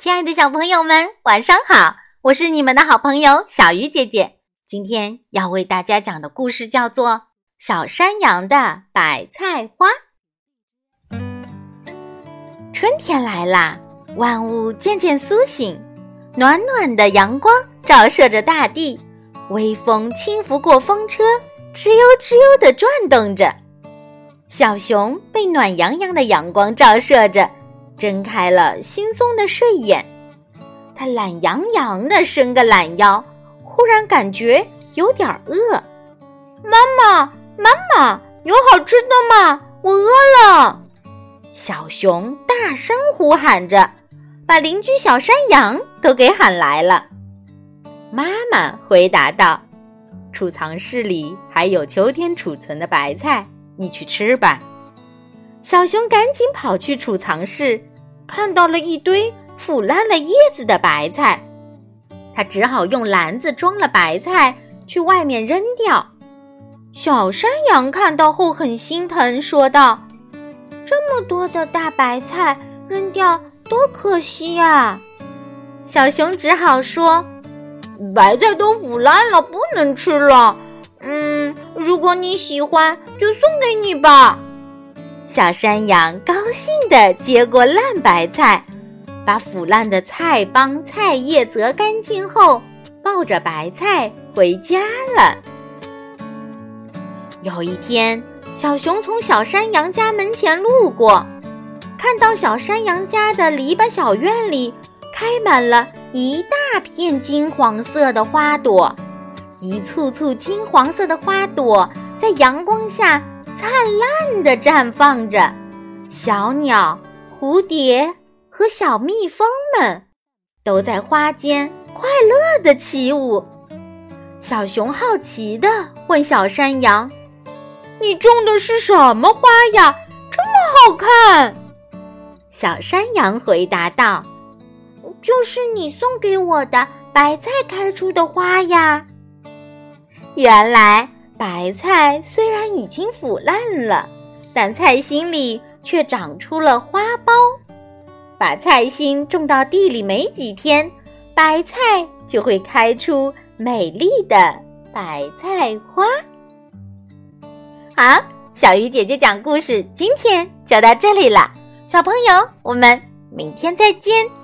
亲爱的小朋友们，晚上好！我是你们的好朋友小鱼姐姐。今天要为大家讲的故事叫做《小山羊的白菜花》。春天来啦，万物渐渐苏醒，暖暖的阳光照射着大地，微风轻拂过风车，吱悠吱悠地转动着。小熊被暖洋洋的阳光照射着，睁开了惺忪的睡眼。它懒洋洋地伸个懒腰，忽然感觉有点饿。妈妈，有好吃的吗？我饿了！小熊大声呼喊着，把邻居小山羊都给喊来了。妈妈回答道，储藏室里还有秋天储存的白菜，你去吃吧。小熊赶紧跑去储藏室，看到了一堆腐烂了叶子的白菜，他只好用篮子装了白菜去外面扔掉。小山羊看到后很心疼，说道，这么多的大白菜扔掉多可惜啊。小熊只好说，白菜都腐烂了，不能吃了。如果你喜欢，就送给你吧。小山羊高兴地接过烂白菜，把腐烂的菜帮菜叶折干净后，抱着白菜回家了。有一天，小熊从小山羊家门前路过，看到小山羊家的篱笆小院里开满了一大片金黄色的花朵，一簇簇金黄色的花朵在阳光下灿烂地绽放着，小鸟、蝴蝶和小蜜蜂们都在花间快乐地起舞。小熊好奇地问小山羊，你种的是什么花呀？这么好看。小山羊回答道，就是你送给我的白菜开出的花呀。原来白菜虽然已经腐烂了，但菜心里却长出了花苞。把菜心种到地里没几天，白菜就会开出美丽的白菜花。好，小鱼姐姐讲故事今天就到这里了，小朋友，我们明天再见。